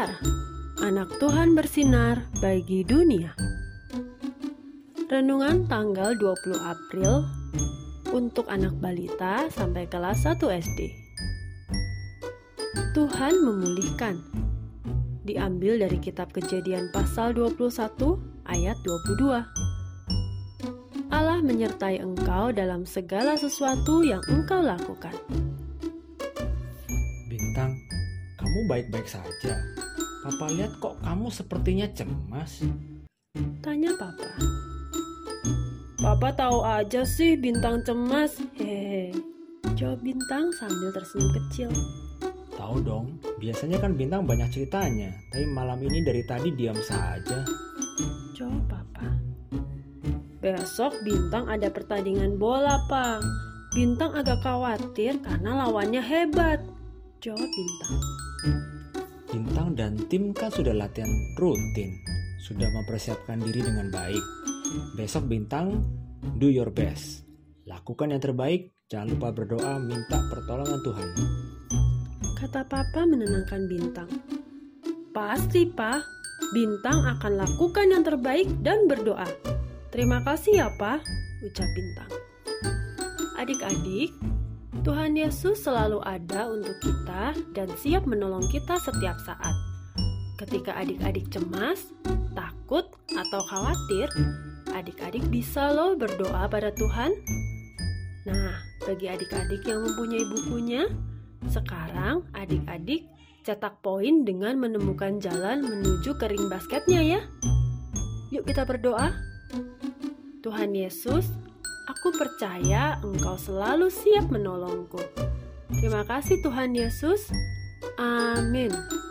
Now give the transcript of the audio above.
Pintar, anak Tuhan bersinar bagi dunia. Renungan tanggal 20 April untuk anak balita sampai kelas 1 SD. Tuhan memulihkan. Diambil dari kitab Kejadian pasal 21 ayat 22. Allah menyertai engkau dalam segala sesuatu yang engkau lakukan. Bintang, kamu baik-baik saja. Papa lihat kok kamu sepertinya cemas. Tanya Papa. Papa tahu aja sih Bintang cemas. Hehehe. Jawab Bintang sambil tersenyum kecil. Tahu dong, biasanya kan Bintang banyak ceritanya, tapi malam ini dari tadi diam saja. Jawab Papa. Besok Bintang ada pertandingan bola, Pak. Bintang agak khawatir karena lawannya hebat. Jawab Bintang. Bintang dan tim kan sudah latihan rutin, sudah mempersiapkan diri dengan baik. Besok Bintang, do your best. Lakukan yang terbaik, jangan lupa berdoa minta pertolongan Tuhan. Kata Papa menenangkan Bintang. Pasti, Pak. Bintang akan lakukan yang terbaik dan berdoa. Terima kasih ya, Pak, ucap Bintang. Adik-adik, Tuhan Yesus selalu ada untuk kita dan siap menolong kita setiap saat. Ketika adik-adik cemas, takut, atau khawatir, adik-adik bisa loh berdoa pada Tuhan. Nah, bagi adik-adik yang mempunyai bukunya, sekarang adik-adik cetak poin dengan menemukan jalan menuju ke ring basketnya ya. Yuk kita berdoa. Tuhan Yesus, aku percaya Engkau selalu siap menolongku. Terima kasih Tuhan Yesus. Amin.